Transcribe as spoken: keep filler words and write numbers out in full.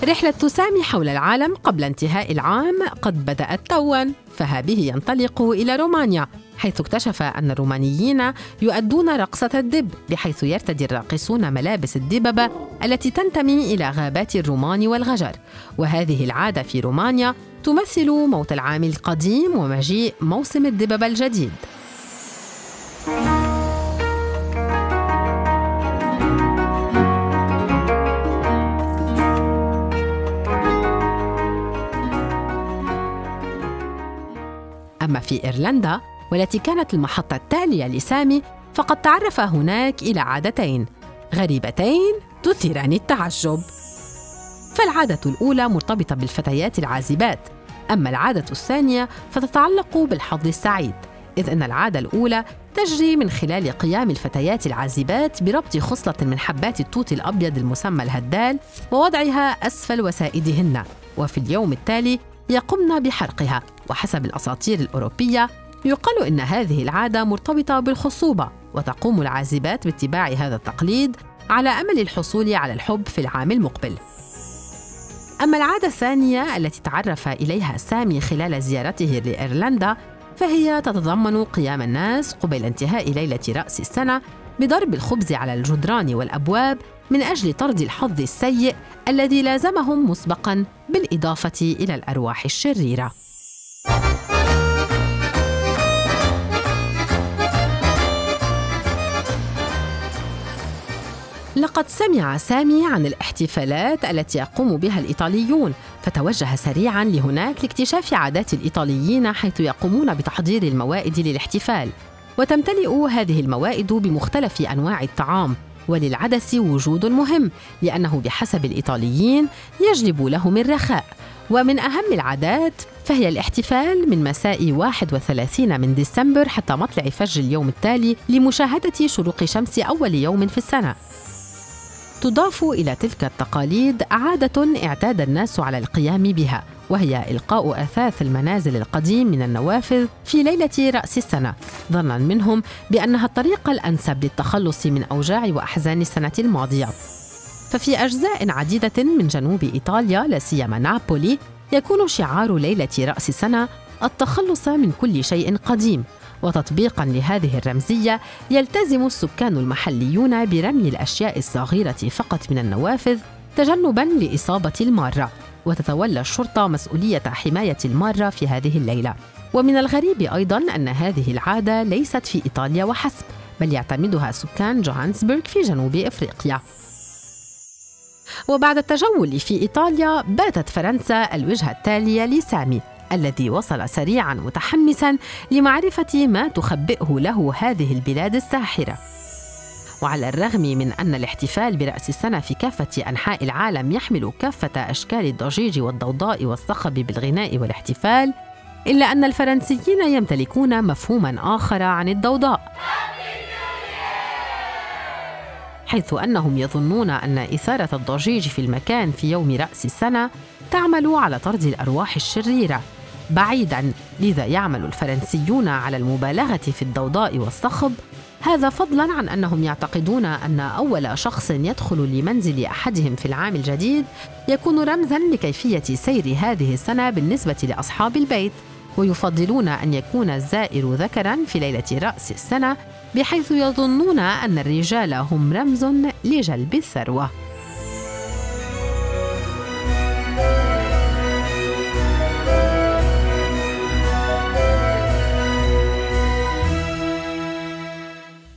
رحلة سامي حول العالم قبل انتهاء العام قد بدأت تواً، فهذه ينطلق إلى رومانيا، حيث اكتشف أن الرومانيين يؤدون رقصة الدب، بحيث يرتدي الراقصون ملابس الدببة التي تنتمي إلى غابات الرومان والغجر. وهذه العادة في رومانيا تمثل موت العام القديم ومجيء موسم الدببة الجديد. أما في إيرلندا والتي كانت المحطة التالية لسامي، فقد تعرف هناك إلى عادتين غريبتين تثيران التعجب. فالعادة الأولى مرتبطة بالفتيات العازبات، أما العادة الثانية فتتعلق بالحظ السعيد، إذ أن العادة الأولى تجري من خلال قيام الفتيات العازبات بربط خصلة من حبات التوت الأبيض المسمى الهدال ووضعها أسفل وسائدهن، وفي اليوم التالي يقمن بحرقها. وحسب الأساطير الأوروبية يقال إن هذه العادة مرتبطة بالخصوبة، وتقوم العازبات باتباع هذا التقليد على أمل الحصول على الحب في العام المقبل. أما العادة الثانية التي تعرف إليها سامي خلال زيارته لإيرلندا، فهي تتضمن قيام الناس قبيل انتهاء ليلة رأس السنة بضرب الخبز على الجدران والأبواب من أجل طرد الحظ السيء الذي لازمهم مسبقاً، بالإضافة إلى الأرواح الشريرة. لقد سمع سامي عن الاحتفالات التي يقوم بها الإيطاليون، فتوجه سريعاً لهناك لاكتشاف عادات الإيطاليين، حيث يقومون بتحضير الموائد للاحتفال. وتمتلئ هذه الموائد بمختلف أنواع الطعام، وللعدس وجود مهم لأنه بحسب الإيطاليين يجلب لهم الرخاء. ومن أهم العادات فهي الاحتفال من مساء واحد وثلاثين من ديسمبر حتى مطلع فجر اليوم التالي لمشاهدة شروق شمس أول يوم في السنة. تضاف إلى تلك التقاليد عادة اعتاد الناس على القيام بها، وهي إلقاء أثاث المنازل القديم من النوافذ في ليلة رأس السنة، ظناً منهم بأنها الطريقة الأنسب للتخلص من أوجاع وأحزان السنة الماضية. ففي أجزاء عديدة من جنوب إيطاليا، لا سيما نابولي، يكون شعار ليلة رأس السنة التخلص من كل شيء قديم. وتطبيقاً لهذه الرمزية يلتزم السكان المحليون برمي الأشياء الصغيرة فقط من النوافذ تجنباً لإصابة المارة، وتتولى الشرطة مسؤولية حماية المارة في هذه الليلة. ومن الغريب أيضاً أن هذه العادة ليست في إيطاليا وحسب، بل يعتمدها سكان جوهانسبرغ في جنوب إفريقيا. وبعد التجول في إيطاليا باتت فرنسا الوجهة التالية لسامي، الذي وصل سريعاً متحمساً لمعرفة ما تخبئه له هذه البلاد الساحرة. وعلى الرغم من أن الاحتفال برأس السنة في كافة أنحاء العالم يحمل كافة أشكال الضجيج والضوضاء والصخب بالغناء والاحتفال، إلا أن الفرنسيين يمتلكون مفهوماً آخر عن الضوضاء، حيث أنهم يظنون أن إثارة الضجيج في المكان في يوم رأس السنة تعمل على طرد الأرواح الشريرة بعيداً. لذا يعمل الفرنسيون على المبالغة في الضوضاء والصخب، هذا فضلاً عن أنهم يعتقدون أن أول شخص يدخل لمنزل أحدهم في العام الجديد يكون رمزاً لكيفية سير هذه السنة بالنسبة لأصحاب البيت، ويفضلون أن يكون الزائر ذكراً في ليلة رأس السنة، بحيث يظنون أن الرجال هم رمز لجلب الثروة.